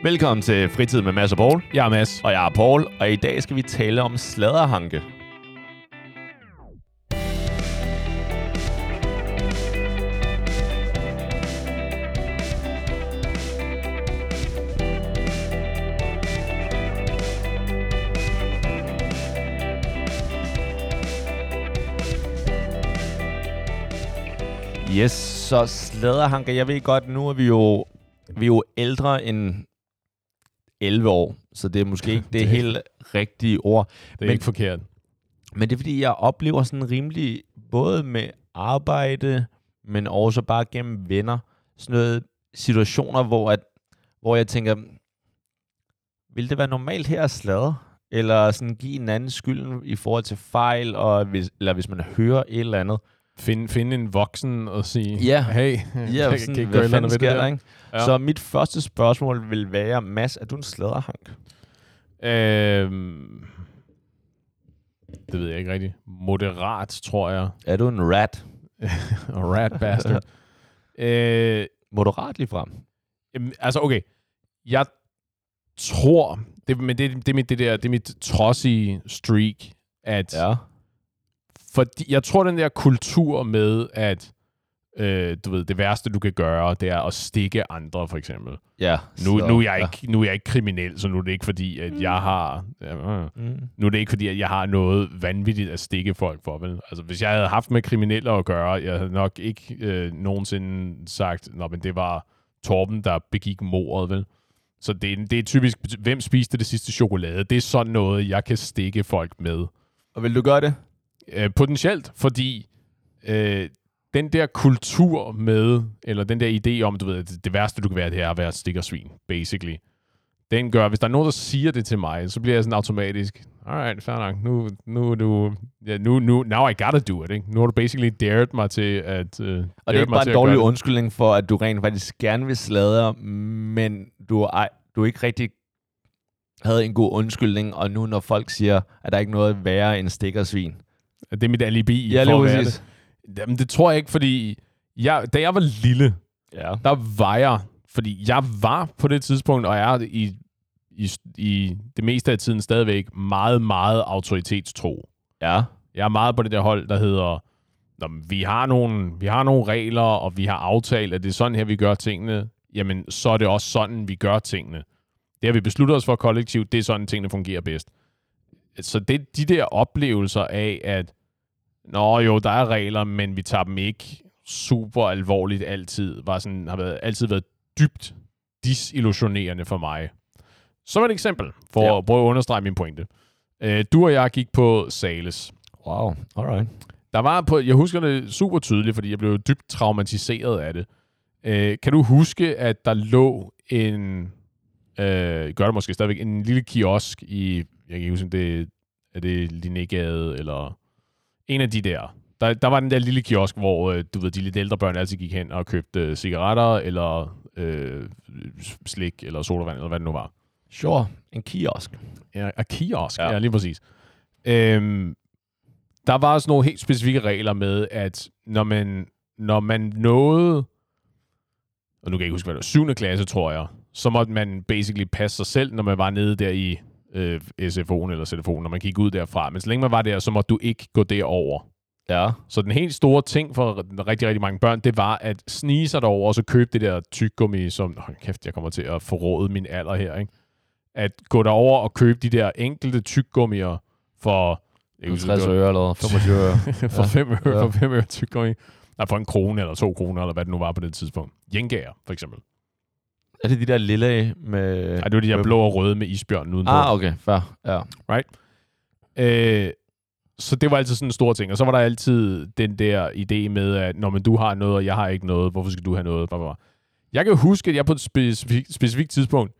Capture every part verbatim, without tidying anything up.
Velkommen til Fritid med Mads og Paul. Jeg er Mads. Og jeg er Paul, og i dag skal vi tale om sladderhanke. Yes, så sladderhanke. Jeg ved godt, nu er vi jo, vi er jo ældre end elleve år, så det er måske ikke det, det helt rigtige ord. Det er men, ikke forkert. Men det er fordi, jeg oplever sådan rimelig, både med arbejde, men også bare gennem venner, sådan noget situationer, hvor, at, hvor jeg tænker, vil det være normalt her at sladre? Eller sådan give en anden skylden i forhold til fejl, og hvis, eller hvis man hører et eller andet. Finde find en voksen og sige, ja, hey, ja, kan, sådan, kan hvad fanden ved sker det der, ikke? Ja. Så mit første spørgsmål vil være, Mads, er du en sladderhank? Øhm, det ved jeg ikke rigtigt. Moderat, tror jeg. Er du en rat? Rat bastard. øh, Moderat lige frem. Jamen, altså, okay. Jeg tror, det, men det, det, er mit, det, der, det er mit trodsige streak, at ja. fordi jeg tror, den der kultur med, at øh, du ved, det værste, du kan gøre, det er at stikke andre, for eksempel. Ja. Nu, nu, er jeg ikke, nu er jeg ikke kriminel, så nu er det ikke fordi, at jeg har... Ja, mm. Nu er det ikke fordi, at jeg har noget vanvittigt at stikke folk for, vel? Altså, hvis jeg havde haft med kriminelle at gøre, jeg havde nok ikke øh, nogensinde sagt, nå, men det var Torben, der begik mordet, vel? Så det, det er typisk, hvem spiste det sidste chokolade? Det er sådan noget, jeg kan stikke folk med. Og vil du gøre det? Øh, potentielt, fordi øh, den der kultur med, eller den der idé om, du ved, det, det værste, du kan være, det er at være stikkersvin, basically. Den gør, hvis der er nogen, der siger det til mig, så bliver jeg sådan automatisk, alright, fair nok, nu, nu, nu, ja, nu, nu, now I gotta do it, ikke? Nu har du basically dared mig til at... Uh, og det er ikke bare en dårlig undskyldning for, at du rent faktisk gerne vil sladre, men du, ej, du ikke rigtig havde en god undskyldning, og nu når folk siger, at der ikke er noget værre end stikkersvin. Det er mit alibi ja, for at være det. Jamen, det tror jeg ikke, fordi jeg, da jeg var lille, ja. der var jeg, fordi jeg var på det tidspunkt, og jeg er i, i, i det meste af tiden stadigvæk meget, meget autoritetstro. Ja. Jeg er meget på det der hold, der hedder, vi har nogle, vi har nogle regler, og vi har aftalt, at det er sådan her, vi gør tingene. Jamen, så er det også sådan, vi gør tingene. Det har vi besluttet os for kollektivt, det er sådan, tingene fungerer bedst. Så det de der oplevelser af, at nå jo, der er regler, men vi tager dem ikke super alvorligt altid, var sådan, har været, altid været dybt disillusionerende for mig. Som et eksempel, for ja. at prøve at understrege min pointe. Uh, du og jeg gik på Sales. Wow, alright. Der var på, jeg husker det super tydeligt, fordi jeg blev dybt traumatiseret af det. Uh, kan du huske, at der lå en, uh, gør det måske stadigvæk, en lille kiosk i, jeg kan ikke huske, det er det Linnégade, eller en af de der. der. Der var den der lille kiosk, hvor øh, du ved, de lidt ældre børn altid gik hen og købte øh, cigaretter, eller øh, slik, eller sodavand, eller hvad det nu var. Sure, en kiosk. Ja, en kiosk, ja, ja lige præcis. Øhm, der var sådan nogle helt specifikke regler med, at når man, når man nåede, og nu kan jeg ikke huske, hvad det var, syvende klasse, tror jeg, så måtte man basically passe sig selv, når man var nede der i Øh, S F O'en eller Z F O'en, når man gik ud derfra. Men så længe man var der, så måtte du ikke gå derover. Ja. Så den helt store ting for rigtig, rigtig mange børn, det var at snige sig derover og så købe det der tyggegummi, som, hold kæft, jeg kommer til at forråde min alder her, ikke? At gå derover og købe de der enkelte tyggegummier for tres øre eller femogtyve øre. for fem øre, ja. for fem øre tyggegummi. Nej, for en krone eller to kroner, eller hvad det nu var på det tidspunkt. Jengager, for eksempel. Er det de der lille med... Nej, det var de der blå og røde med isbjørnen udenpå. Ah, okay. Fair. Ja. Right? Øh, så det var altid sådan en stor ting. Og så var der altid den der idé med, at når man du har noget, og jeg har ikke noget, hvorfor skal du have noget? Jeg kan huske, at jeg på et specifik, specifikt tidspunkt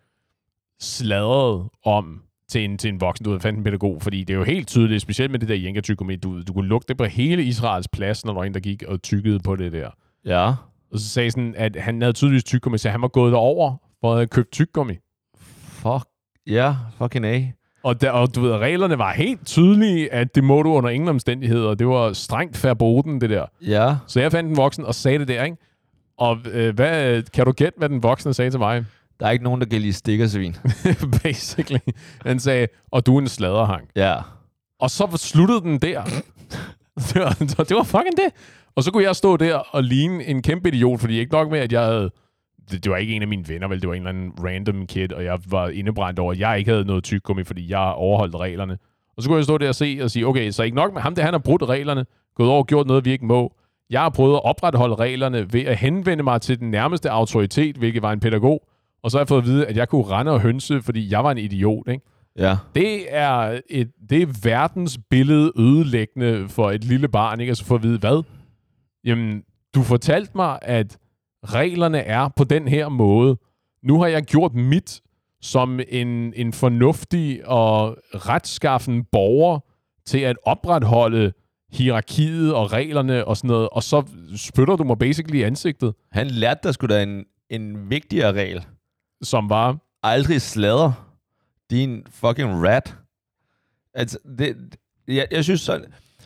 sladrede om til en, til en voksen, du ved, fandt en pædagog, fordi det er jo helt tydeligt, specielt med det der jenga-tyggegummi, du, du kunne lugte det på hele Israels plads, når der var en, der gik og tyggede på det der. Ja. Og så sagde sådan, at han havde tydeligvis tyggegummi, så han var gået derover for at have købt tyggegummi. Fuck. Ja, yeah, fucking A. Og, der, og du ved, reglerne var helt tydelige, at det må du under ingen omstændigheder. Det var strengt verboten, det der. Ja. Så jeg fandt en voksen og sagde det der, ikke? Og øh, hvad, kan du gætte, hvad den voksne sagde til mig? Der er ikke nogen, der kan lide stikkersvin. Basically. Han sagde, og du er en sladderhang. Ja. Og så sluttede den der. det, var, det var fucking det. Og så kunne jeg stå der og ligne en kæmpe idiot, fordi ikke nok med, at jeg havde... Det, det var ikke en af mine venner, vel? Det var en eller anden random kid, og jeg var indebrændt over, at jeg ikke havde noget tyggegummi, fordi jeg overholdt reglerne. Og så kunne jeg stå der og se og sige, okay, så ikke nok med ham, det han har brudt reglerne, gået over og gjort noget, vi ikke må. Jeg har prøvet at opretholde reglerne ved at henvende mig til den nærmeste autoritet, hvilket var en pædagog, og så har jeg fået at vide, at jeg kunne rende og hønse, fordi jeg var en idiot, ikke? Ja. Det er, et, det er verdens billede ødelæggende for et lille barn, ikke? Altså for at vide, hvad? Jamen, du fortalte mig, at reglerne er på den her måde. Nu har jeg gjort mit som en, en fornuftig og retskaffen borger til at opretholde hierarkiet og reglerne og sådan noget, og så spytter du mig basically i ansigtet. Han lærte dig sgu da en, en vigtigere regel. Som var... Aldrig sladder. Din fucking rat. Altså, det... Jeg, jeg synes sådan...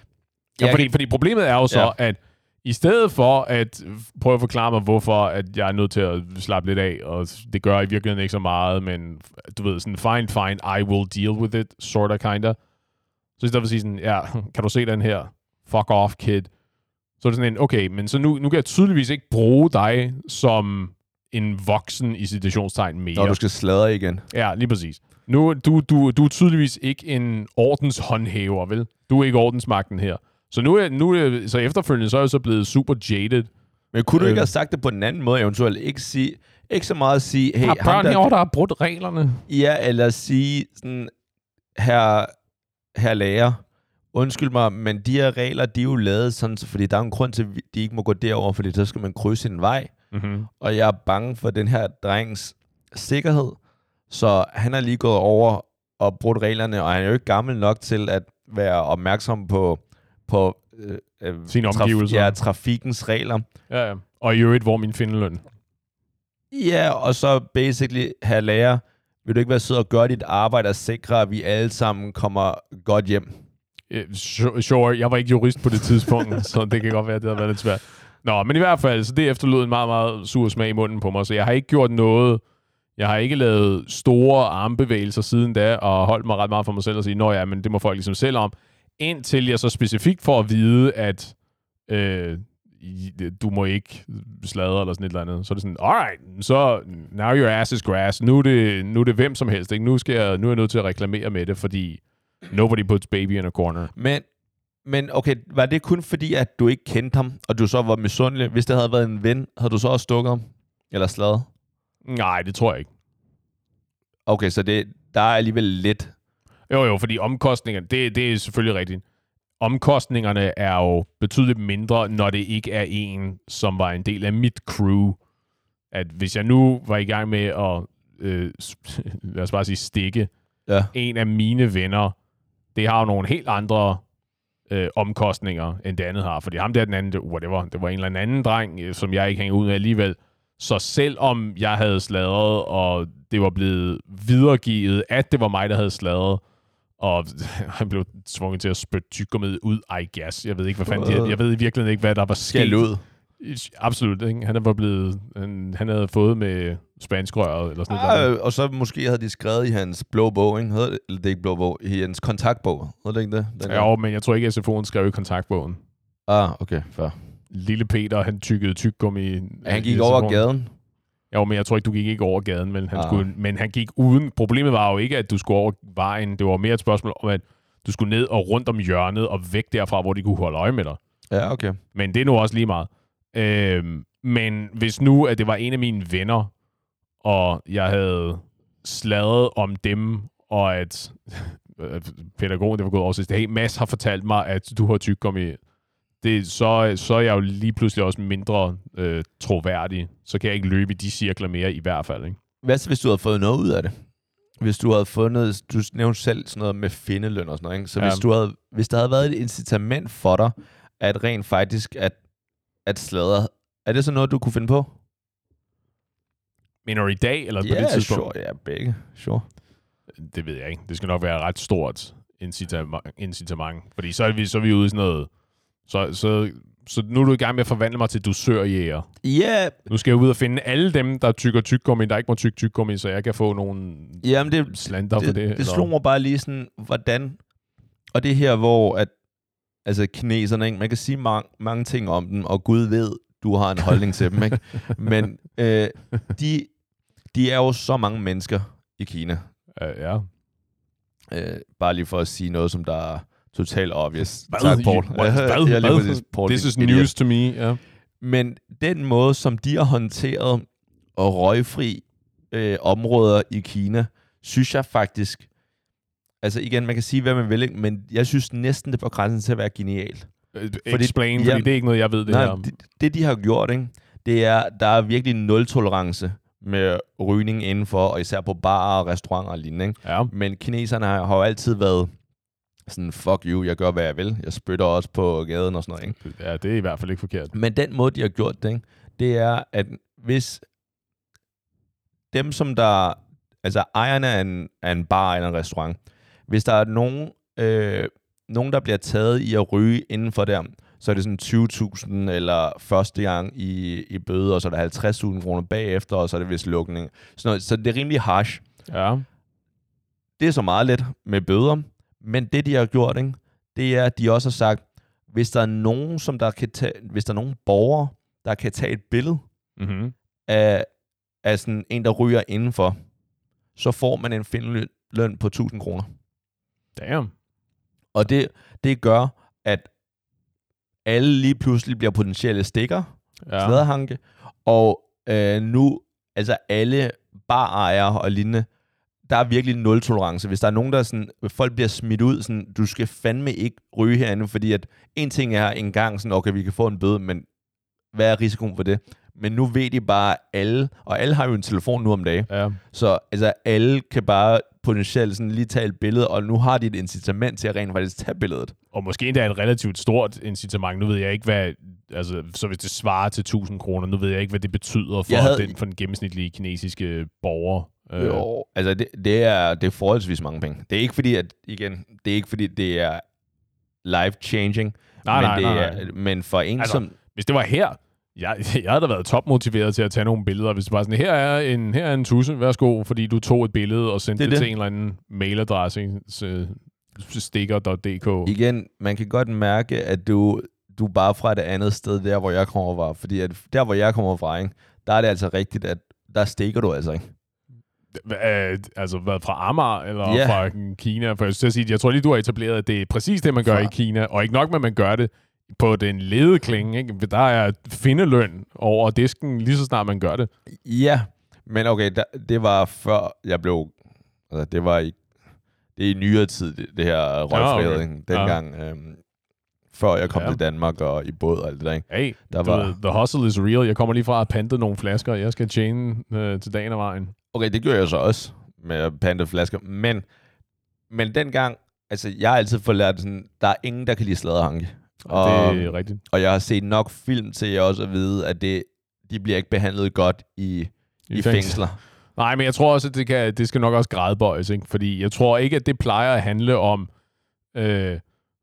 Ja, fordi, fordi problemet er jo så, ja. at i stedet for at prøve at forklare mig, hvorfor at jeg er nødt til at slappe lidt af, og det gør i virkeligheden ikke så meget, men du ved, sådan, fine, fine, I will deal with it, sort of, kinda. Så i stedet for at sige sådan, ja, kan du se den her? Fuck off, kid. Så er det sådan en, okay, men så nu, nu kan jeg tydeligvis ikke bruge dig som en voksen i situationstegn mere. Når du skal sladre igen. Ja, lige præcis. Nu, du, du, du er tydeligvis ikke en ordenshåndhæver, vel? Du er ikke ordensmagten her. Så nu er, nu er, så efterfølgende, så er jeg så blevet super jaded. Men kunne du øh, ikke have sagt det på en anden måde, eventuelt? Ikke, sige, ikke så meget at sige, hey, der er børn herovre, der har brudt reglerne. Ja, eller sige sådan, her, her lærer, undskyld mig, men de her regler, de er jo lavet sådan, fordi der er en grund til, at de ikke må gå derover, fordi så skal man krydse en vej. Mm-hmm. Og jeg er bange for den her drengs sikkerhed, så han er lige gået over og brudt reglerne, og han er jo ikke gammel nok til at være opmærksom på på øh, øh, sine omgivelser. Traf- ja, trafikens regler. Ja, ja. Og i øvrigt, hvor min findeløn. Ja, og så basically, her lærer, vil du ikke være sød og gøre dit arbejde og sikre, at vi alle sammen kommer godt hjem? Uh, sure, jeg var ikke jurist på det tidspunkt, så det kan godt være, at det har været lidt svært. Nå, men i hvert fald, så det efterlod en meget, meget sur smag i munden på mig, så jeg har ikke gjort noget. Jeg har ikke lavet store armbevægelser siden da, og holdt mig ret meget for mig selv og sige, nå ja, men det må folk ligesom selv om. Indtil jeg så specifikt får at vide, at øh, du må ikke sladre eller sådan et eller andet. Så er det sådan, alright, så now your ass is grass. Nu er det, nu er det hvem som helst. Ikke? Nu, skal jeg, nu er jeg nødt til at reklamere med det, fordi nobody puts baby in a corner. Men, men okay, var det kun fordi, at du ikke kendte ham, og du så var misundelig? Hvis det havde været en ven, havde du så også stukket ham? Eller sladret? Nej, det tror jeg ikke. Okay, så det, der er alligevel lidt... Jo, jo, fordi omkostningerne, det, det er selvfølgelig rigtigt. Omkostningerne er jo betydeligt mindre, når det ikke er en, som var en del af mit crew. At hvis jeg nu var i gang med at, øh, lad os bare sige, stikke ja. en af mine venner, det har jo nogle helt andre øh, omkostninger, end det andet har. Fordi ham der den anden, det, whatever, det var en eller anden dreng, som jeg ikke hænger ud med alligevel. Så selvom jeg havde sladret, og det var blevet videregivet, at det var mig, der havde sladret, og han blev tvunget til at spytte tyggegummiet ud, I guess. Jeg ved ikke, hvad fanden uh. jeg, jeg ved i virkeligheden ikke, hvad der var sket. ud. Absolut, ikke? Han var blevet, han, han havde fået med spanskrøret, eller sådan ah, noget. Og så måske havde de skrevet i hans blå bog, ikke? Hedder det, eller det er ikke blå bog, i hans kontaktbog. Hedder det ikke det? Den ja, jo, men jeg tror ikke, at S F O'en skrev i kontaktbogen. Ah, okay, fair. Lille Peter, han tykkede tyggegummi. Han gik over gaden. Jo, men jeg tror ikke, du gik ikke over gaden, men han, ah. skulle, men han gik uden. Problemet var jo ikke, at du skulle over vejen. Det var mere et spørgsmål om, at du skulle ned og rundt om hjørnet og væk derfra, hvor de kunne holde øje med dig. Ja, okay. Men det er nu også lige meget. Øhm, men hvis nu, at det var en af mine venner, og jeg havde sladret om dem, og at pædagogen, det var gået over til, hey, Mads har fortalt mig, at du har tyggegummi. Det, så, så er jeg jo lige pludselig også mindre øh, troværdig. Så kan jeg ikke løbe i de cirkler mere i hvert fald. Ikke? Hvad så, hvis du havde fået noget ud af det? Hvis du havde fundet, du nævnte selv sådan noget med findeløn og sådan noget, ikke? Så ja. hvis, du havde, hvis der havde været et incitament for dig, at rent faktisk at, at sladre, er det så noget, du kunne finde på? Mener du i dag, eller på yeah, det tidspunkt? Sure, ja, begge. Sure. Det ved jeg ikke. Det skal nok være et ret stort incitament. incitament. Fordi så er, vi, så er vi ude i sådan noget. Så, så Så nu er du i gang med at forvandle mig til dusørjæger. Ja. Yeah. Nu skal jeg ud og finde alle dem, der tykker tyggegummi, der ikke må tykke tyggegummi, så jeg kan få nogle Jamen det, slanter det, for det. Det, det slog mig bare lige sådan, hvordan... Og det her, hvor at, altså kineserne, ikke? Man kan sige mange, mange ting om dem, og Gud ved, du har en holdning til dem, ikke? Men øh, de, de er jo så mange mennesker i Kina. Uh, ja. Øh, bare lige for at sige noget, som der er totalt obvious. Hvad? Tak, Paul. Hvad? Hvad? Ja, lige præcis, Paul. This is news to me. Yeah. Men den måde, som de har håndteret og røgfri øh, områder i Kina, synes jeg faktisk, altså igen, man kan sige, hvad man vil, ikke? Men jeg synes næsten, det er på grænsen til at være genialt. Fordi, Explain, fordi ja, det er ikke noget, jeg ved det nej, her om. Det, det, de har gjort, ikke? Det er, der er virkelig nul-tolerance med rygning indenfor, og især på barer og restauranter og lignende, ikke? Ja. Men kineserne har, har jo altid været sådan, fuck you, jeg gør, hvad jeg vil. Jeg spytter også på gaden og sådan noget, ikke? Ja, det er i hvert fald ikke forkert. Men den måde, de har gjort det, ikke? Det er, at hvis dem, som der, altså ejerne af en, af en bar eller en restaurant, hvis der er nogen, øh, nogen, der bliver taget i at ryge inden for der, så er det sådan tyve tusind eller første gang i, i bøde, og så er der halvtreds tusind kroner bagefter, og så er det vist lukning. Så, noget, så det er rimelig harsh. Ja. Det er så meget let med bøder, men det, de har gjort, ikke, det er, at de også har sagt, hvis der er nogen, som der kan tage, hvis der er nogen borgere, der kan tage et billede Mm-hmm. af, af sådan en, der ryger indenfor, så får man en findeløn på tusind kroner. Damn. Og det, det gør, at alle lige pludselig bliver potentielle stikker, ja. slæderhanke, og øh, nu, altså alle barejere og lignende, der er virkelig nul tolerance. Hvis der er nogen, der sådan, folk bliver smidt ud, sådan, du skal fandme ikke ryge herinde, fordi at en ting er engang sådan, okay, vi kan få en bøde, men hvad er risikoen for det? Men nu ved de bare alle, og alle har jo en telefon nu om dagen, ja. så altså, alle kan bare potentielt sådan lige tage et billede, og nu har de et incitament til at rent faktisk tage billedet. Og måske endda et relativt stort incitament. Nu ved jeg ikke, hvad, altså, så hvis det svarer til tusind kroner, nu ved jeg ikke, hvad det betyder for, havde... den, for den gennemsnitlige kinesiske borger. Jo, altså det, det, er, det er forholdsvis mange penge. Det er ikke fordi, at, igen, det er ikke fordi, det er life-changing, nej, men, nej, det nej, er, nej. men for en altså, som... Hvis det var her, jeg, jeg havde da været topmotiveret til at tage nogle billeder. Hvis det var sådan, her er en, her er en tusse, værsgo, fordi du tog et billede og sendte det, det, det til en eller anden mailadresse, sticker punktum d k. Igen, man kan godt mærke, at du, du er bare fra et andet sted, der hvor jeg kommer fra. Fordi at der hvor jeg kommer fra, ikke, der er det altså rigtigt, at der stikker du altså ikke. H- altså hvad, fra Amager eller yeah. fra Kina? For jeg, sige, jeg tror lige, du har etableret, at det er præcis det, man gør fra... i Kina. Og ikke nok med, at man gør det på den lede klinge. Ikke? Der er findeløn over disken, lige så snart man gør det. Ja, men okay, der, det var før jeg blev... Altså, det var i, det er i nyere tid, det, det her røgfrihed, ja, okay. dengang... Ja. Øhm, før jeg kom ja. til Danmark og i båd og alt det der. Ikke? Hey, der the, var... the hustle is real. Jeg kommer lige fra at pante nogle flasker. Jeg skal tjene øh, til dagen og vejen. Okay, det gjorde jeg så også med at pante flasker. Men, men dengang, altså jeg har altid fået lært sådan, der er ingen, der kan lide sladderhanke. Og, det er rigtigt. Og jeg har set nok film til jeg også at vide, at det, de bliver ikke behandlet godt i, I, i fængsler. Nej, men jeg tror også, at det, kan, det skal nok også gradbøjes, ikke? Fordi jeg tror ikke, at det plejer at handle om, øh,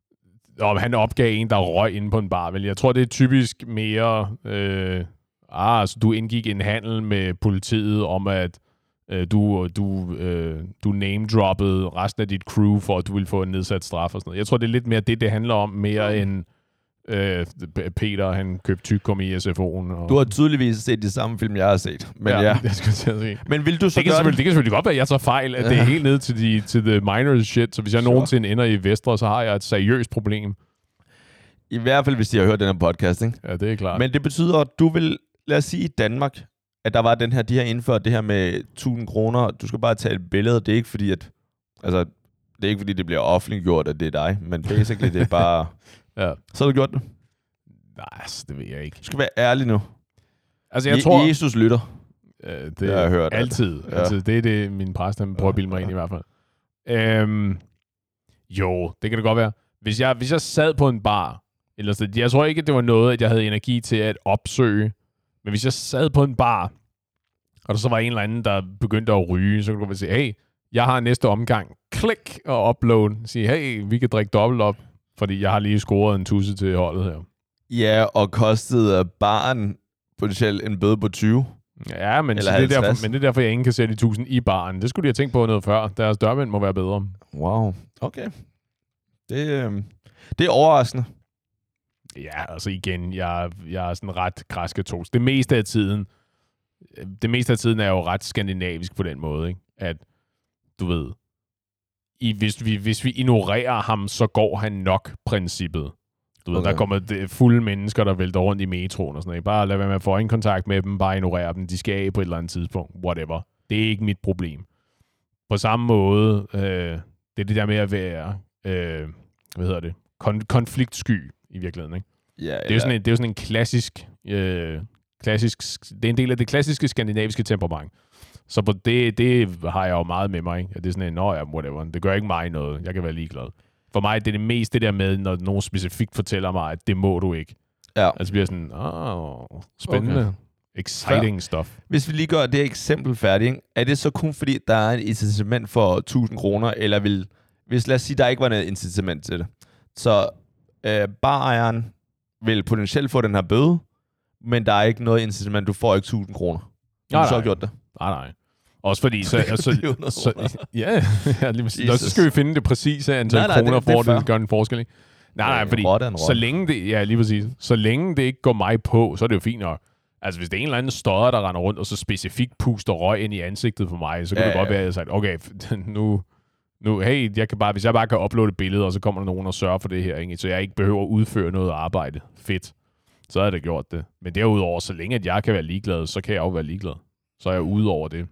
om han opgav en, der røg inde på en bar. Vel? Jeg tror, det er typisk mere, øh, ah, altså, du indgik en handel med politiet om, at øh, du, du, øh, du name-droppede resten af dit crew, for at du ville få en nedsat straf og sådan noget. Jeg tror, det er lidt mere det, det handler om, mere end øh, Peter, han købte tyggegummi i S F O'en. Og... Du har tydeligvis set de samme film, jeg har set. Men ja, ja. Det skal jeg sige. Men vil du så det kan, gøre det? det kan selvfølgelig godt være, at jeg tager fejl. At det er helt ned til, de, til the minor shit. Så hvis jeg sure. nogensinde ender i Vestre, så har jeg et seriøst problem. I hvert fald, hvis de har hørt den her podcast, ikke? Ja, det er klart. Men det betyder, at du vil, lad os sige i Danmark, at der var den her, de har indført det her med tusind kroner. Du skal bare tage et billede. Det er ikke fordi, at, altså, det er ikke fordi, det bliver offentliggjort, at det er dig. Men basically, det er bare... ja. Så har du gjort det? Nej, altså, det ved jeg ikke. Du skal være ærlig nu. Altså, jeg Je- tror... Jesus lytter. Øh, det det har jeg hørt. Altid. Ja. Altså, det er det, min præst, han prøver at bilde mig ind i hvert fald. Øhm, jo, det kan det godt være. Hvis jeg, hvis jeg sad på en bar, eller så, jeg tror ikke, det var noget, at jeg havde energi til at opsøge. Men hvis jeg sad på en bar, og der så var en eller anden, der begyndte at ryge, så kunne du sige, hey, jeg har næste omgang. Klik og upload. Sige, hey, vi kan drikke dobbelt op, fordi jeg har lige scoret en tusse til holdet her. Ja, og kostede barn potentielt en bøde på tyve. Ja, men, Eller det er derfor, halvtreds. men det er derfor, jeg ikke kan sætte de tusind i baren. Det skulle de have tænkt på noget før. Deres dørmænd må være bedre. Wow, okay. Det, øh, det er overraskende. Ja, altså igen, jeg, jeg er sådan ret græskatolsk. Det meste af tiden, det meste af tiden er jo ret skandinavisk på den måde, ikke? At, du ved, i, hvis, vi, hvis vi ignorerer ham, så går han nok princippet. Du ved, okay. Der kommer det, fulde mennesker, der vælter rundt i metroen og sådan noget. Bare lad være med at få øjenkontakt med dem, bare ignorere dem. De skal af på et eller andet tidspunkt. Whatever. Det er ikke mit problem. På samme måde, øh, det er det der med at være, øh, hvad hedder det, Kon- konfliktsky i virkeligheden, ikke? Ja, det, er jo sådan en, det er jo sådan en klassisk, øh, klassisk, det er en del af det klassiske skandinaviske temperament. Så på det, det har jeg jo meget med mig, ikke? At det er sådan en, nå ja, whatever. Det gør ikke mig noget. Jeg kan være ligeglad. For mig det er det mest det der med, når nogen specifikt fortæller mig, at det må du ikke. Ja. Altså bliver sådan, åh, spændende. Okay. Exciting Før. Stuff. Hvis vi lige gør det eksempel færdigt, er det så kun fordi, der er et incitament for tusind kroner, eller vil, hvis lad os sige, der ikke var noget incitament til det, så øh, barejeren vil potentielt få den her bøde, men der er ikke noget incitament, du får ikke tusind kroner. Du har så gjort det. Nej, nej. Også fordi, så, altså, så, ja, ja lige så skal vi finde det præcise antal nej, nej, kroner, det, det for det gør en forskel, ikke? Nej, nej, fordi så længe det, ja, lige præcis, så længe det ikke går mig på, så er det jo fint nok. Altså, hvis det er en eller anden stodder, der render rundt, og så specifikt puster røg ind i ansigtet på mig, så kan ja, det godt ja. være, at jeg siger, okay, nu, nu, hey, jeg kan bare, hvis jeg bare kan uploade et billede, og så kommer der nogen og sørger for det her, ikke? Så jeg ikke behøver at udføre noget arbejde. Fedt. Så har jeg da gjort det. Men derudover, så længe at jeg kan være ligeglad, så kan jeg jo være ligeglad. Så er jeg ude over det.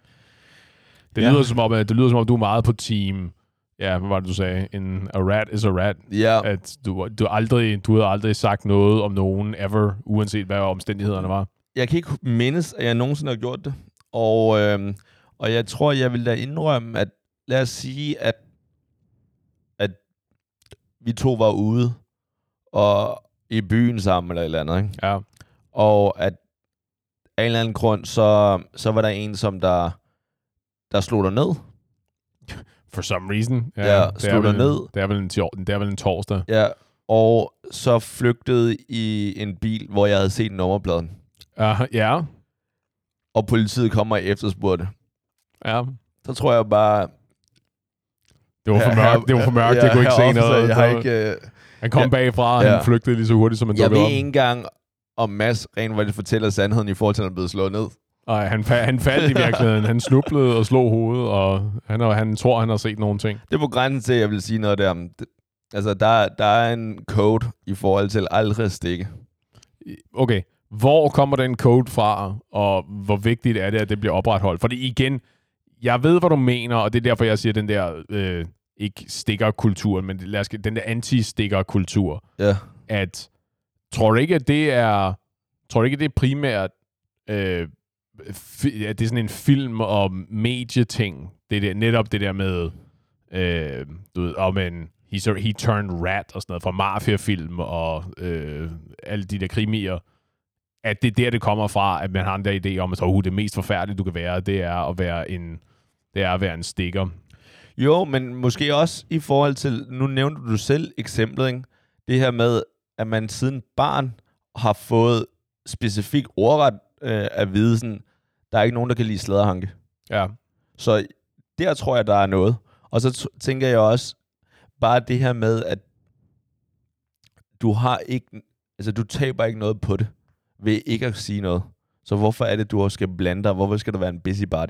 Det ja. lyder som om, at det lyder som om, du er meget på team. Ja, hvad var det, du sagde? En a rat is a rat. Ja. At du, du, aldrig, du har aldrig sagt noget om nogen ever, uanset hvad omstændighederne var. Jeg kan ikke mindes, at jeg nogensinde har gjort det. Og, øhm, og jeg tror, jeg vil da indrømme, at lad os sige, at, at vi to var ude og i byen sammen eller et eller andet, ikke? Ja. Og at af en eller anden grund, så, så var der en, som der, der slog dig ned. For some reason. Ja, ja slog dig ned. Det er, vel en, det er vel en torsdag. Ja, og så flygtede i en bil, hvor jeg havde set nummerpladen. Uh, ja. Og politiet kommer og efterspurgte. Ja. Så tror jeg bare... Det var for mørkt, det var for mørkt, ja, jeg kunne ikke se noget. Jeg har ikke, uh, han kom ja, bagfra, og ja. han flygtede lige så hurtigt, som han dukkede op. Jeg ved ikke engang, om Mads rent var det fortæller sandheden i forhold til, at han blev slået ned. Nej, han, fa- han faldt i virkeligheden. Han snublede og slog hovedet, og han, og han tror, han har set nogle ting. Det er på grænsen til, at jeg vil sige noget der. Det, altså, der, der er en code i forhold til aldrig at stikke. Okay. Hvor kommer den code fra, og hvor vigtigt er det, at det bliver opretholdt? Fordi igen, jeg ved, hvad du mener, og det er derfor, jeg siger den der, øh, ikke stikkerkulturen, men lad os, den der anti-stikkerkultur. Ja. At, tror du ikke, at det er, tror du ikke, at det er primært, øh, fi, at det er sådan en film- og medieting? Det er det, netop det der med, øh, du ved, om en he, he turned rat og sådan noget, fra mafiafilm og øh, alle de der krimier. At det er der, det kommer fra, at man har en der idé om, at uh, det mest forfærdelige, du kan være, det er at være en, det er at være en stikker. Jo, men måske også i forhold til, nu nævnte du selv eksemplet, ikke? Det her med, at man siden barn har fået specifik ordret øh, at vide, sådan, der er ikke nogen, der kan lide slæderhanke. Ja. Så der tror jeg, der er noget. Og så t- tænker jeg også, bare det her med, at du har ikke, altså du taber ikke noget på det, ved ikke at sige noget. Så hvorfor er det, du også skal blande dig? Hvorfor skal du være en busybody?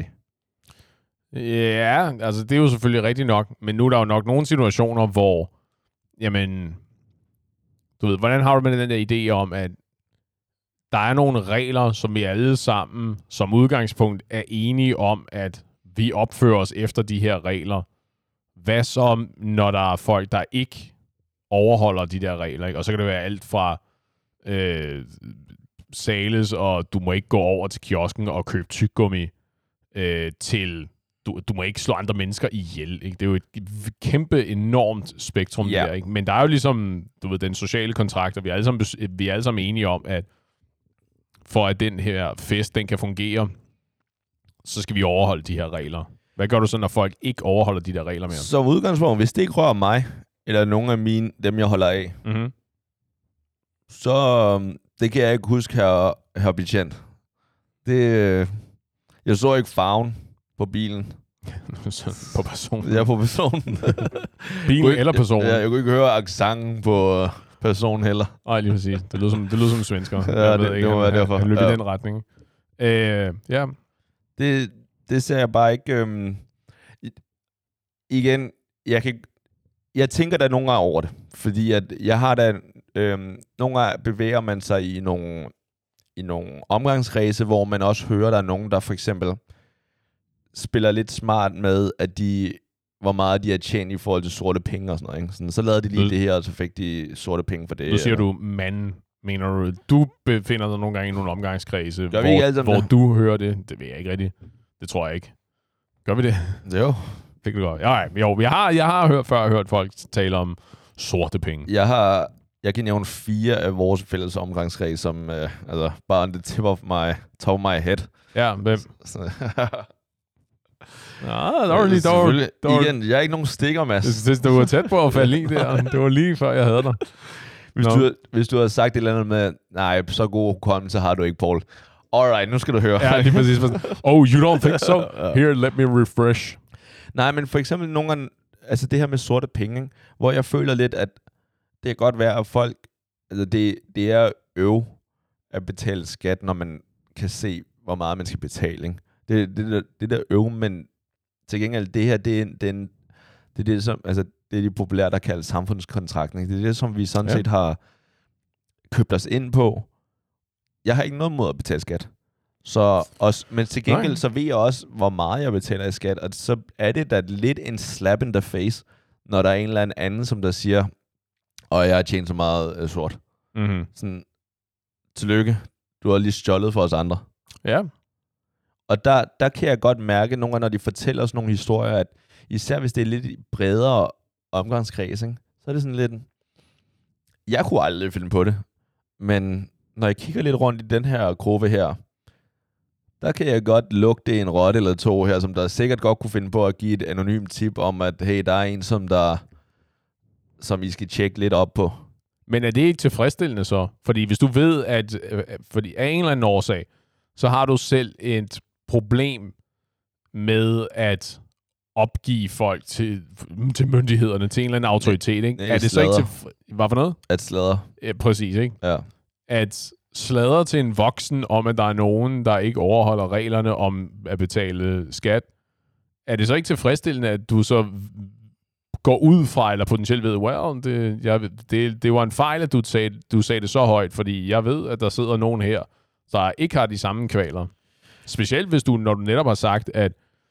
Ja, altså det er jo selvfølgelig rigtigt nok, men nu er der jo nok nogle situationer, hvor, jamen, du ved, hvordan har du med den der idé om, at der er nogle regler, som vi alle sammen som udgangspunkt er enige om, at vi opfører os efter de her regler. Hvad så, når der er folk, der ikke overholder de der regler, ikke? Og så kan det være alt fra øh, sales, og du må ikke gå over til kiosken og købe tyggegummi, øh, til du, du må ikke slå andre mennesker ihjel, ikke? Det er jo et kæmpe, enormt spektrum yeah. der, ikke? Men der er jo ligesom, du ved, den sociale kontrakt, og vi er alle sammen, vi er alle sammen enige om, at for at den her fest, den kan fungere, så skal vi overholde de her regler. Hvad gør du så, når folk ikke overholder de der regler mere? Som udgangspunkt, hvis det ikke rører mig, eller nogen af mine, dem jeg holder af, mm-hmm. Så um, det kan jeg ikke huske, her, her betjent. Det, jeg så ikke farven på bilen. På personen. Ja, på personen. Bilen eller personen. Ja, jeg kunne ikke høre accenten på personen heller. Nej, lige præcis. Det lyder som, det lyder som svensker. Ja, jeg ved det, ikke, det må han, være derfor. Han løb ja. i den retning. Øh, ja. Det, det ser jeg bare ikke... Øhm, igen, jeg kan jeg tænker da nogle gange over det, fordi at jeg har da øhm, nogle gange bevæger man sig i nogle i nogle omgangsræse, hvor man også hører, der er nogen, der for eksempel spiller lidt smart med, at de hvor meget de har tjent i forhold til sorte penge og sådan noget. Ikke? Sådan, så lavede de lige nu, det her, og så fik de sorte penge for det. Nu siger eller? du mand, mener du. Du befinder dig nogle gange i nogle omgangskredse, Gør vi ikke hvor, hvor det? du hører det. Det ved jeg ikke rigtigt. Det tror jeg ikke. Gør vi det? Jo. Det kan du godt. Ja, jo, jeg har, jeg har hørt, før hørt folk tale om sorte penge. Jeg har, jeg kan nævne fire af vores fælles omgangskreds, som øh, altså, bare on the tip of my, top of my head. Ja, hvem? Ah, dårligt, dårligt. Igen, jeg er ikke nogen stikker, Mads. Det, det var tæt på at falde i der. Det var lige før, jeg havde dig. Hvis, du, hvis du havde sagt et eller andet med, nej, så god hukommelse har du ikke, Paul. Alright, nu skal du høre. Ja, lige præcis. Oh, you don't think so? Here, let me refresh. Nej, men for eksempel nogle gange, altså det her med sorte penge, hvor jeg føler lidt, at det kan godt være, at folk, altså det, det er øv at betale skat, når man kan se, hvor meget man skal betale. Ikke? Det, det, det, det der øv, men til gengæld, det her, det er, det er, en, det, er det, som, altså, det er de populære, der kaldes samfundskontrakten. Ikke? Det er det, som vi sådan ja. set har købt os ind på. Jeg har ikke noget mod at betale skat. Så, også, men til gengæld, Nej. så ved jeg også, hvor meget jeg betaler i skat, og så er det da lidt en slap in the face, når der er en eller anden, som der siger, og jeg har tjent så meget øh, sort. Mm-hmm. Sådan, tillykke, du har lige stjålet for os andre. Ja. Og der, der kan jeg godt mærke, nogle gange, når de fortæller os nogle historier, at især hvis det er lidt bredere omgangskreds, ikke, så er det sådan lidt, jeg kunne aldrig finde på det, men når jeg kigger lidt rundt i den her gruppe her, der kan jeg godt lugte en rotte eller to her, som der sikkert godt kunne finde på at give et anonymt tip om, at hey, der er en, som der som I skal tjekke lidt op på. Men er det ikke tilfredsstillende så? Fordi hvis du ved, at øh, fordi af en eller anden årsag, så har du selv et problem med at opgive folk til, til myndighederne, til en eller anden autoritet, ikke? Nej, er det sladder. så ikke til... Hvad for noget? At sladre. Ja, præcis, ikke? Ja. At sladre til en voksen om, at der er nogen, der ikke overholder reglerne om at betale skat. Er det så ikke tilfredsstillende, at du så går ud fra, eller potentielt ved, well, det, jeg, det, det var en fejl, at du sagde, du sagde det så højt, fordi jeg ved, at der sidder nogen her, der ikke har de samme kvaler. Specielt hvis du, når du netop har sagt, at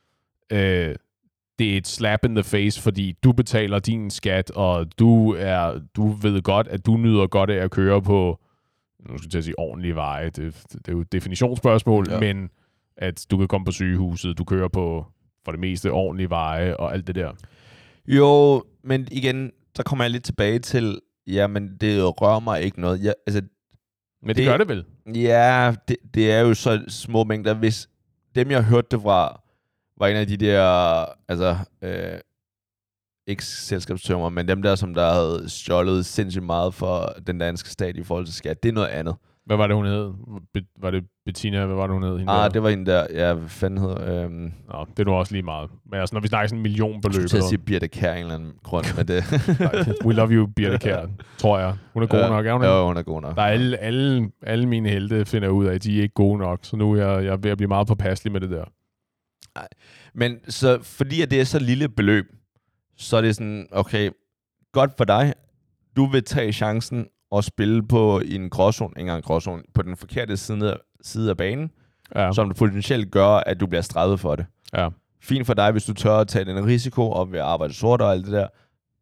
øh, det er et slap in the face, fordi du betaler din skat, og du er, du ved godt, at du nyder godt af at køre på, nu skal jeg til at sige ordentlige veje, det, det, det er jo et definitionsspørgsmål, ja. Men at du kan komme på sygehuset, du kører på for det meste ordentlige veje og alt det der. Jo, men igen, så kommer jeg lidt tilbage til, jamen det rører mig ikke noget. Jeg, altså, men det, det gør det vel? Ja, det, det er jo så små mængder. Hvis dem, jeg hørte det fra, var en af de der, altså, øh, ikke selskabstømmer, men dem der, som der havde stjålet sindssygt meget for den danske stat i forhold til skat, det er noget andet. Hvad var det, hun hed? Be- var det Bettina? Hvad var det, hun hed? Hende ah, der? det var en der, ja, hvad fanden hed? Øhm, Nå, det er nu også lige meget. Men altså, når vi snakker sådan en millionbeløb. Jeg skulle til at sige Birte Kjær en eller anden grund med det. We love you, Birte Kjær, tror jeg. Hun er god ja, nok, er hun ikke? Jo, hun er god nok. Der er alle, alle, alle mine helte finder ud af, at de er ikke gode nok. Så nu er jeg, jeg er ved at blive meget påpasselig med det der. Nej, men så, fordi at det er så lille beløb, så er det sådan, okay, godt for dig. Du vil tage chancen og spille på en gråzone, ikke engang en gråzone, på den forkerte side, side af banen, ja. Som det potentielt gør, at du bliver straffet for det. Ja. Fint for dig, hvis du tør at tage den risiko og vil arbejde sort og alt det der.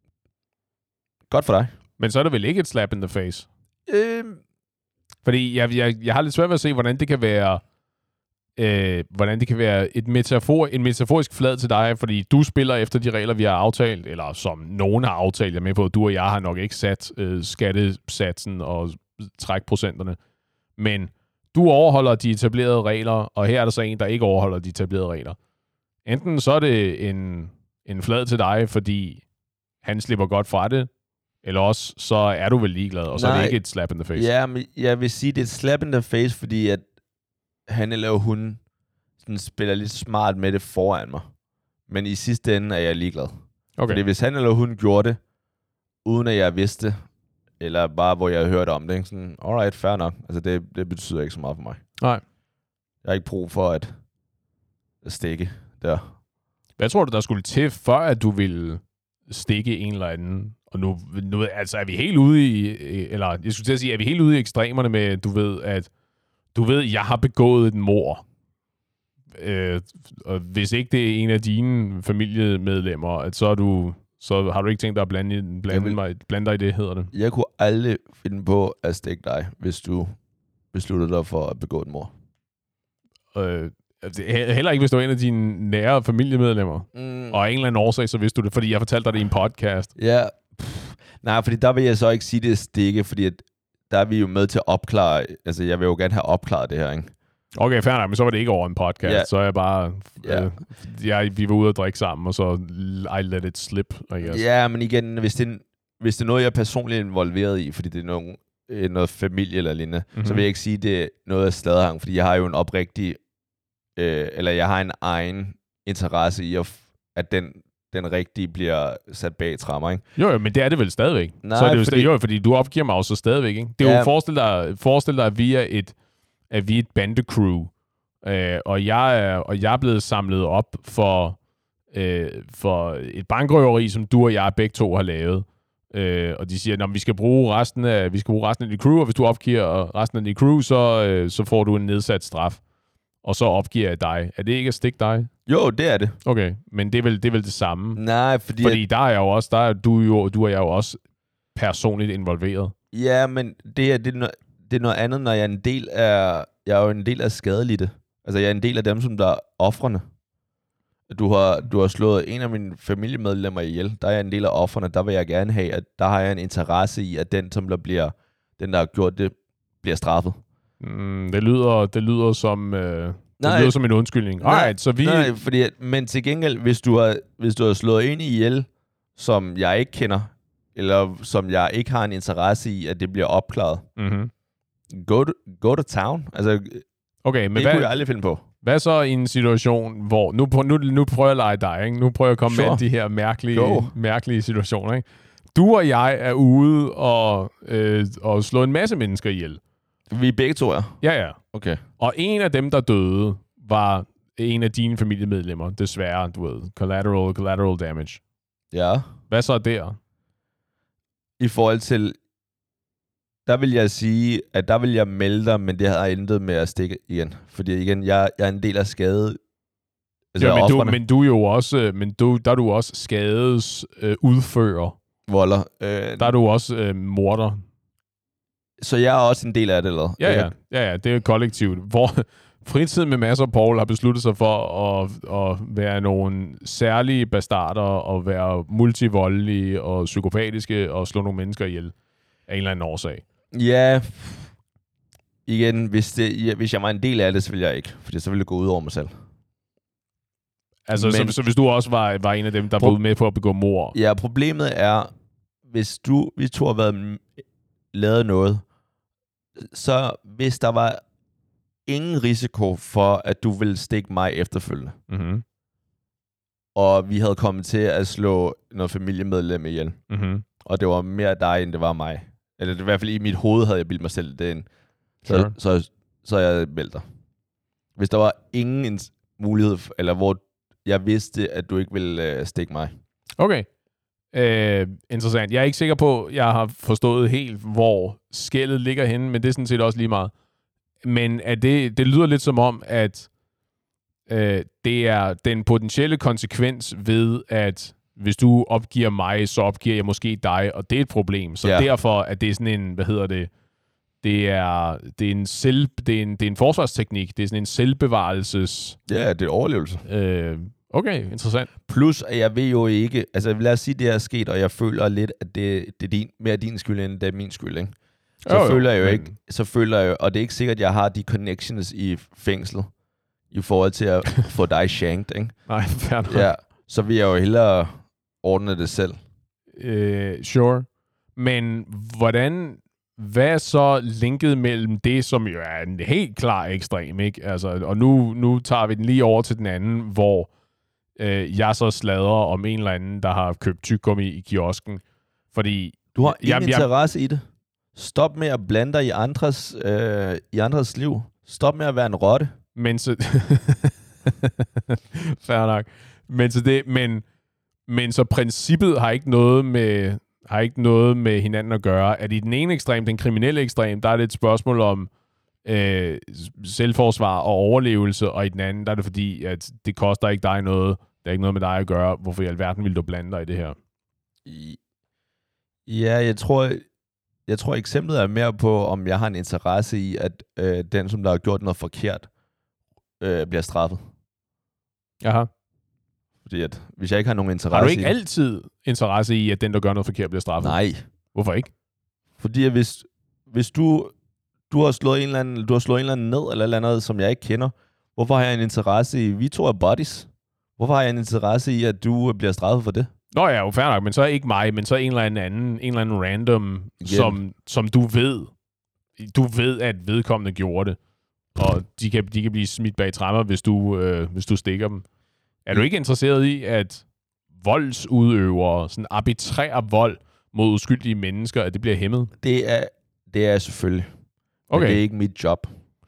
Godt for dig. Men så er det vel ikke et slap in the face? Øhm. Fordi jeg, jeg, jeg har lidt svært ved at se, hvordan det kan være... Øh, hvordan det kan være et metafor, en metaforisk flad til dig, fordi du spiller efter de regler, vi har aftalt, eller som nogen har aftalt, jeg er med på, du og jeg har nok ikke sat øh, skattesatsen og trækprocenterne, men du overholder de etablerede regler, og her er der så en, der ikke overholder de etablerede regler. Enten så er det en, en flad til dig, fordi han slipper godt fra det, Eller også, så er du vel ligeglad, og så Nej. er det ikke et slap in the face. Ja, men jeg vil sige, det er et slap in the face, fordi at han eller hun sådan spiller lidt smart med det foran mig. Men i sidste ende er jeg ligeglad. Okay. Fordi hvis han eller hun gjorde det, uden at jeg vidste det, eller bare hvor jeg hørte om det, ikke? Sådan, alright, fair nok. Altså det, det betyder ikke så meget for mig. Nej. Jeg har ikke brug for at, at stikke der. Hvad tror du, der skulle til, før at du ville stikke en eller anden? Og nu, nu altså er vi helt ude i, eller jeg skulle til at sige, er vi helt ude i ekstremerne med, du ved, at du ved, jeg har begået et mord. Øh, og hvis ikke det er en af dine familiemedlemmer, at så er du, så har du ikke tænkt dig at blande, blande, vil, mig, blande dig i det, hedder det. Jeg kunne aldrig finde på at stikke dig, hvis du besluttede dig for at begå et mord. Øh, heller ikke, hvis du er en af dine nære familiemedlemmer. Mm. Og af en eller anden årsag, så vidste du det, fordi jeg fortalte dig det i en podcast. Ja, pff. Nej, fordi der vil jeg så ikke sige, det er stikke, fordi at der er vi jo med til at opklare, altså jeg vil jo gerne have opklaret det her, ikke? Okay, fair nok, men så var det ikke over en podcast, yeah. så er jeg bare, yeah. øh, jeg, vi var ude at drikke sammen, og så I let it slip, I guess. Ja, men igen, hvis det, hvis det er noget, jeg er personligt involveret i, fordi det er nogen, noget familie eller lignende, mm-hmm. så vil jeg ikke sige, det er noget af sladehang, fordi jeg har jo en oprigtig, øh, eller jeg har en egen interesse i, at, at den, den rigtige bliver sat bag trammer, ikke? Jo, jo, men det er det vel stadigvæk. Nej, så er det jo fordi... stadig, jo, fordi du opgiver mig også stadigvæk, ikke? Det er ja. jo, forestil dig, forestil dig, at vi er et, at vi er et bandecrew, øh, og, jeg er, og jeg er blevet samlet op for, øh, for et bankrøveri, som du og jeg begge to har lavet. Øh, og de siger, at vi skal bruge resten af, vi skal bruge resten af dit crew, og hvis du opgiver resten af dit crew, så, øh, så får du en nedsat straf. Og så opgiver jeg dig. Er det ikke at stikke dig? Jo, det er det. Okay, men det er vel det, er vel det samme? Nej, fordi... Fordi at... der er jeg jo også, der er du, jo, du og jeg jo også personligt involveret. Ja, men det er, det, er noget, det er noget andet, når jeg er en del af... Jeg er jo en del af skadelidte. Altså, jeg er en del af dem, som der er ofrene. Du har, du har slået en af mine familiemedlemmer ihjel. Der er jeg en del af ofrene. Der vil jeg gerne have, at der har jeg en interesse i, at den, som der bliver... Den, der har gjort det, bliver straffet. Mm, det lyder, det lyder som... Øh... Nej, det lyder som en undskyldning. Nej, Alright, så vi... nej fordi, men til gengæld, hvis du, har, hvis du har slået en ihjel, som jeg ikke kender, eller som jeg ikke har en interesse i, at det bliver opklaret, mm-hmm. go, to, go to town. Altså, okay, men det hvad, kunne jeg aldrig finde på. Hvad så i en situation, hvor... Nu, nu, nu prøver jeg at lege dig, ikke? Nu prøver jeg at komme sure. med de her mærkelige, mærkelige situationer, ikke? Du og jeg er ude og, øh, og slå en masse mennesker ihjel. Vi begge to er? Ja, ja. Okay. Og en af dem, der døde, var en af dine familiemedlemmer. Desværre, du ved. Collateral, collateral damage. Ja. Hvad så der? I forhold til... Der vil jeg sige, at der vil jeg melde dig, men det har intet med at stikke igen. Fordi igen, jeg, jeg er en del af skade. Altså ja, men, du, men du er jo også... Men du, der er du også skades øh, udfører. Volder. Øh, der er du også øh, morder. Så jeg er også en del af det, eller? Ja, ja, ja, ja, det er kollektivt. Hvor Fritid med Mads og Paul har besluttet sig for at, at være nogle særlige bastarder og være multivoldelige og psykopatiske og slå nogle mennesker ihjel af en eller anden årsag. Ja, igen, hvis, det, ja, hvis jeg var en del af det, så ville jeg ikke, for så ville det gå ud over mig selv. Altså, Men, så, så hvis du også var, var en af dem, der pro- var med på at begå mord? Ja, problemet er, hvis du, hvis to har været lavet noget, så hvis der var ingen risiko for, at du ville stikke mig efterfølgende, mm-hmm. og vi havde kommet til at slå noget familiemedlem ihjel, mm-hmm. og det var mere dig, end det var mig. Eller i hvert fald i mit hoved havde jeg bildt mig selv det ind. Så, sure. så, så, så jeg vælter. Hvis der var ingen mulighed, eller hvor jeg vidste, at du ikke ville øh, stikke mig. Okay. Øh, interessant. Jeg er ikke sikker på, at jeg har forstået helt, hvor skellet ligger henne, men det er sådan set også lige meget. Men at det, det lyder lidt som om, at øh, det er den potentielle konsekvens ved, at hvis du opgiver mig, så opgiver jeg måske dig, og det er et problem. Så ja. Derfor er det sådan en, hvad hedder det, det er, det er, en, selv, det er, en, det er en forsvarsteknik, det er sådan en selvbevarelses... Ja, det er overlevelse. Øh, okay, interessant. Plus, at jeg ved jo ikke, altså lad os sige, det er sket, og jeg føler lidt, at det, det er din, mere din skyld, end det er min skyld, ikke? Så jo, føler jeg jo men... ikke, så føler jeg jo, og det er ikke sikkert, at jeg har de connections i fængslet, i forhold til at få dig shanked, ikke? Nej, fair nok. Ja, så vil jeg jo hellere ordne det selv. Øh, sure. Men hvordan, hvad er så linket mellem det, som jo er en helt klar ekstrem, ikke? Altså, og nu, nu tager vi den lige over til den anden, hvor øh, jeg så sladrer om en eller anden, der har købt tyggegummi i kiosken. Fordi Du har ingen jeg, jeg, interesse i det. Stop med at blande dig i andres, øh, i andres liv. Stop med at være en rotte. Men så... Fair nok. Men så, det, men, men så princippet har ikke noget med... har ikke noget med hinanden at gøre. At i den ene ekstrem, den kriminelle ekstrem, der er det et spørgsmål om øh, selvforsvar og overlevelse, og i den anden, der er det fordi, at det koster ikke dig noget, der er ikke noget med dig at gøre. Hvorfor i alverden vil du blande dig i det her? Ja, jeg tror, jeg tror eksemplet er mere på, om jeg har en interesse i, at øh, den, som der har gjort noget forkert, øh, bliver straffet. Jaha. Fordi at, hvis jeg ikke har nogen interesse i... Har du ikke altid interesse i, at den, der gør noget forkert, bliver straffet? Nej. Hvorfor ikke? Fordi at hvis, hvis du, du, har slået en eller anden, du har slået en eller anden ned, eller eller andet, som jeg ikke kender, hvorfor har jeg en interesse i... Vi to er buddies. Hvorfor har jeg en interesse i, at du bliver straffet for det? Nå ja, jo fair nok, men så ikke mig, men så en eller anden, en eller anden random, som, som du ved, du ved, at vedkommende gjorde det. Og de kan, de kan blive smidt bag tremmer, hvis du, øh, hvis du stikker dem. Er du ikke interesseret i, at voldsudøvere, sådan arbitrær vold mod uskyldige mennesker, at det bliver hæmmet? Det er, det er selvfølgelig. Okay. Men det er ikke mit job.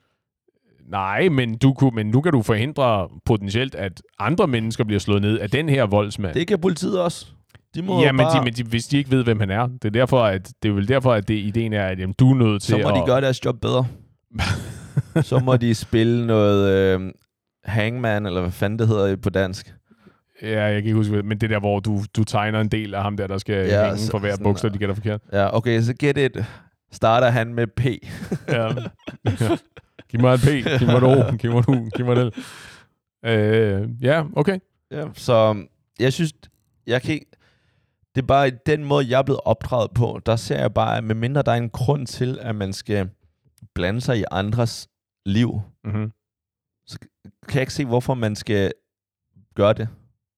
Nej, men, du kunne, men nu kan du forhindre potentielt, at andre mennesker bliver slået ned af den her voldsmand. Det kan politiet også. De må ja, men, bare... de, men de, hvis de ikke ved, hvem han er. Det er, derfor, at, det er vel derfor, at det, ideen er, at jamen, du er nødt til at... Så må at... de gøre deres job bedre. Så må de spille noget øh, Hangman, eller hvad fanden det hedder på dansk. Ja, jeg kan ikke huske det, men det der, hvor du, du tegner en del af ham der, der skal ja, hænge for hver bogstav, de gætter forkert. Ja, okay, så get it. Starter han med P. ja. Giv mig et P, giv mig et O, giv mig et U, giv mig et L. Øh, ja, okay. Ja, så jeg synes, jeg kan ikke... Det er bare den måde, jeg er blevet opdraget på. Der ser jeg bare, at medmindre der er en grund til, at man skal blande sig i andres liv, mm-hmm. så kan jeg ikke se, hvorfor man skal gøre det.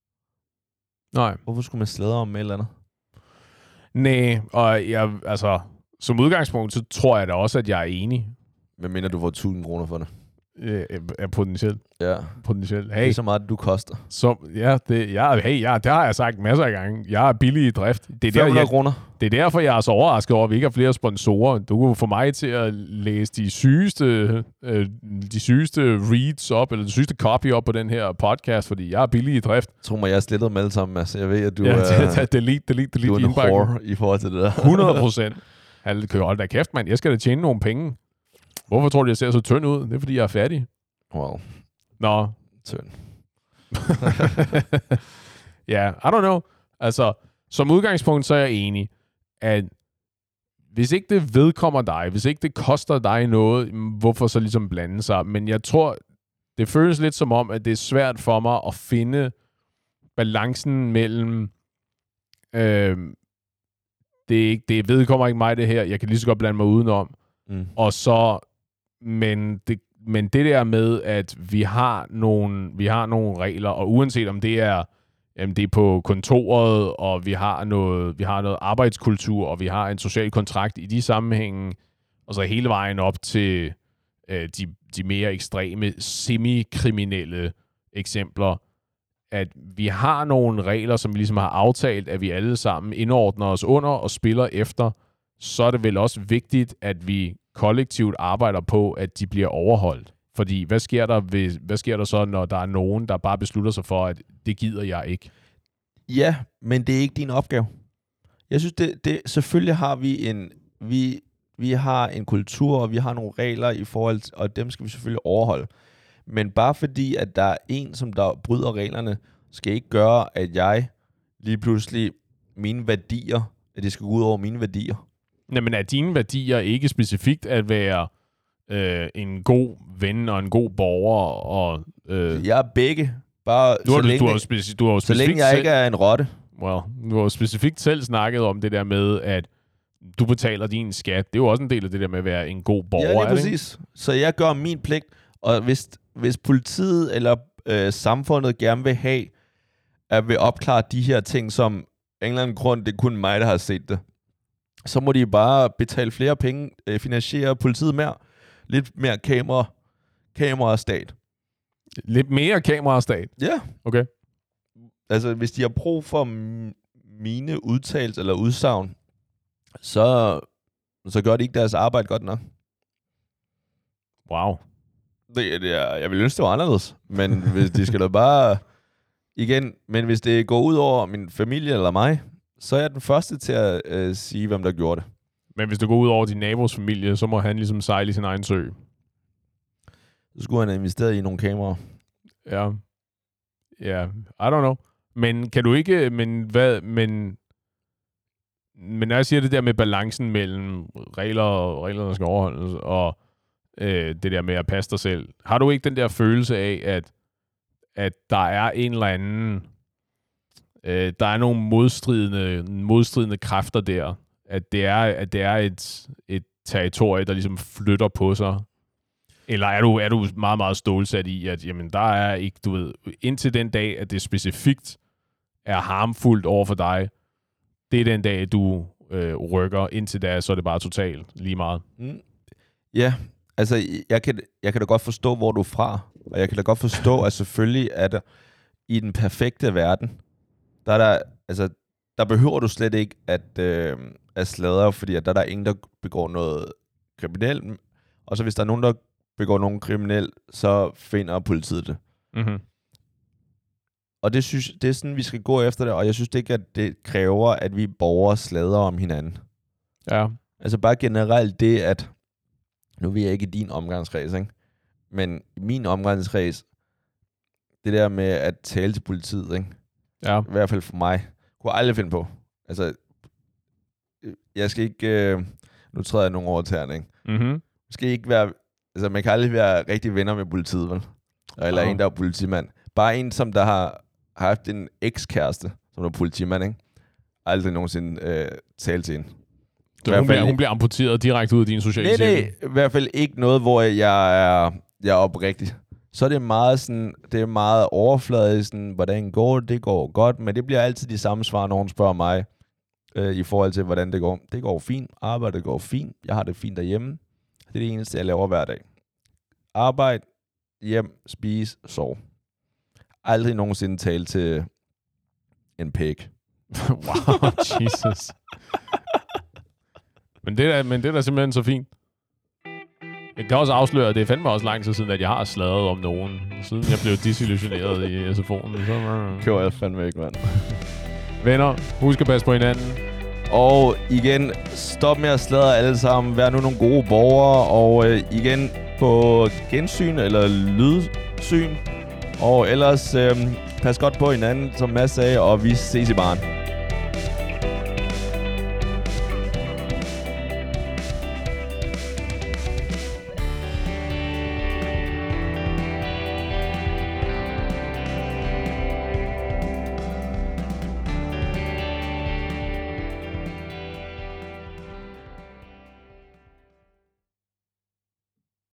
Nej. Hvorfor skulle man slæde om med et eller andet? Nej, og jeg, altså, som udgangspunkt, så tror jeg da også, at jeg er enig. Medmindre du får tusind kroner for det. Øh, er potentielt. Ja. Potentielt. Hey. Det er så meget, du koster. Så, ja, det, ja, hey, ja, det har jeg sagt masser af gange. Jeg er billig i drift. Det er fem hundrede der, jeg, kroner. Det er derfor, jeg er så overrasket over, at vi ikke har flere sponsorer. Du kunne få mig til at læse de sygeste, øh, de sygeste reads op, eller de sygeste copy op på den her podcast, fordi jeg er billig i drift. Tro mig, jeg har slettet dem alle sammen, altså. Jeg ved, at du ja, er... delete, delete, delete du er en whore i forhold til det der. hundrede procent. Hold da kæft, mand. Jeg skal da tjene nogle penge. Hvorfor tror du, jeg ser så tynd ud? Det er, fordi jeg er fattig. Wow. Nå. Tynd. Ja, yeah, I don't know. Altså, som udgangspunkt, så er jeg enig, at hvis ikke det vedkommer dig, hvis ikke det koster dig noget, hvorfor så ligesom blande sig? Men jeg tror, det føles lidt som om, at det er svært for mig at finde balancen mellem øh, det, er ikke, det vedkommer ikke mig det her, jeg kan lige så godt blande mig udenom, mm. og så men det, men det der med, at vi har nogle, vi har nogle regler, og uanset om det er, jamen det er på kontoret, og vi har noget, vi har noget arbejdskultur, og vi har en social kontrakt i de sammenhænge, og så hele vejen op til øh, de, de mere ekstreme, semi-kriminelle eksempler, at vi har nogle regler, som vi ligesom har aftalt, at vi alle sammen indordner os under og spiller efter, så er det vel også vigtigt, at vi kollektivt arbejder på, at de bliver overholdt. Fordi hvad sker der, ved, hvad sker der så, når der er nogen, der bare beslutter sig for, at det gider jeg ikke? Ja, men det er ikke din opgave. Jeg synes, det, det selvfølgelig har vi en vi, vi har en kultur, og vi har nogle regler i forhold til, og dem skal vi selvfølgelig overholde. Men bare fordi, at der er en, som der bryder reglerne, skal ikke gøre, at jeg lige pludselig mine værdier, at det skal gå ud over mine værdier. Jamen er dine værdier ikke specifikt at være øh, en god ven og en god borger? Og, øh, jeg er begge. Bare du har, så, længe, du har, speci- du har så længe jeg selv, ikke er en rotte. Well, du har specifikt selv snakket om det der med, at du betaler din skat. Det er jo også en del af det der med at være en god borger. Ja, lige er det præcis. Ikke? Så jeg gør min pligt, og hvis, hvis politiet eller øh, samfundet gerne vil have, at vil opklare de her ting, som en eller anden grund, det er kun mig, der har set det, så må de bare betale flere penge, øh, finansiere politiet mere, lidt mere kamera, kamera stat. Lidt mere kamerastat? Ja. Okay. Altså, hvis de har brug for m- mine udtalelser eller udsagn, så, så gør de ikke deres arbejde godt nok. Wow. Det, det er, jeg vil ønske, det var anderledes. Men hvis de skal da bare... Igen, men hvis det går ud over min familie eller mig, så er jeg den første til at øh, sige, hvem der gjorde det. Men hvis det går ud over din nabos familie, så må han ligesom sejle i sin egen sø. Så skulle han have investeret i nogle kameraer. Ja. Ja, I don't know. Men kan du ikke... Men hvad... Men... Men når jeg siger det der med balancen mellem regler og regler, der skal overholdes, og øh, det der med at passe dig selv, har du ikke den der følelse af, at, at der er en eller anden... Øh, der er nogle modstridende, modstridende kræfter der, at det er, at det er et, et territorie, der ligesom flytter på sig? Eller er du, er du meget, meget stålsat i, at jamen, der er ikke, du ved, indtil den dag, at det specifikt er harmfuldt over for dig, det er den dag, du øh, rykker, indtil da, så er det bare totalt lige meget. Mm. Ja, altså jeg kan, jeg kan da godt forstå, hvor du er fra, og jeg kan da godt forstå, at selvfølgelig er der i den perfekte verden, der er der, altså, der behøver du slet ikke at, øh, at sladre, fordi at der er der ingen, der begår noget kriminelt, og så hvis der er nogen, der begår nogen kriminelt, så finder politiet det. Mm-hmm. Og det, synes, det er sådan, vi skal gå efter det, og jeg synes ikke, at det kræver, at vi borgere sladrer om hinanden. Ja. Altså bare generelt det, at nu vil jeg ikke i din omgangskreds, ikke? Men i min omgangskreds, det der med at tale til politiet, ikke? Ja. I hvert fald for mig, kunne jeg aldrig finde på. Altså, jeg skal ikke, øh, nu træder jeg nogle over tæerne, ikke? Mm-hmm. Jeg skal ikke være, altså man kan aldrig være rigtig venner med politiet, vel? Eller oh. en, der er politimand. Bare en, som der har haft en ekskæreste, som er politimand, ikke? Aldrig nogensinde øh, tale til hende. Så hun bliver, hun bliver amputeret direkte ud af din sociale cirkel? cirkel? Nej, i hvert fald ikke noget, hvor jeg er, jeg er oprigtig. Så er det meget sådan, det er meget overfladisk, sådan, hvordan går det? Det går godt, men det bliver altid de samme svar, når hun spørger mig, øh, i forhold til, hvordan det går. Det går fint. Arbejdet går fint. Jeg har det fint derhjemme. Det er det eneste, jeg laver hver dag. Arbejde, hjem, spise, sove. Aldrig nogensinde tale til en pæk. Wow, Jesus. men, det er, men det er da simpelthen så fint. Jeg kan også afsløre, at det er fandme også lang tid siden, at jeg har sladret om nogen. Siden jeg blev disillusioneret i S F O'en. Så kører jeg fandme ikke, mand. Venner, husk at passe på hinanden. Og igen, stop med at sladre alle sammen. Vær nu nogle gode borgere. Og øh, igen, på gensyn eller lydsyn. Og ellers, øh, pas godt på hinanden, som Mads sagde, og vi ses i baren.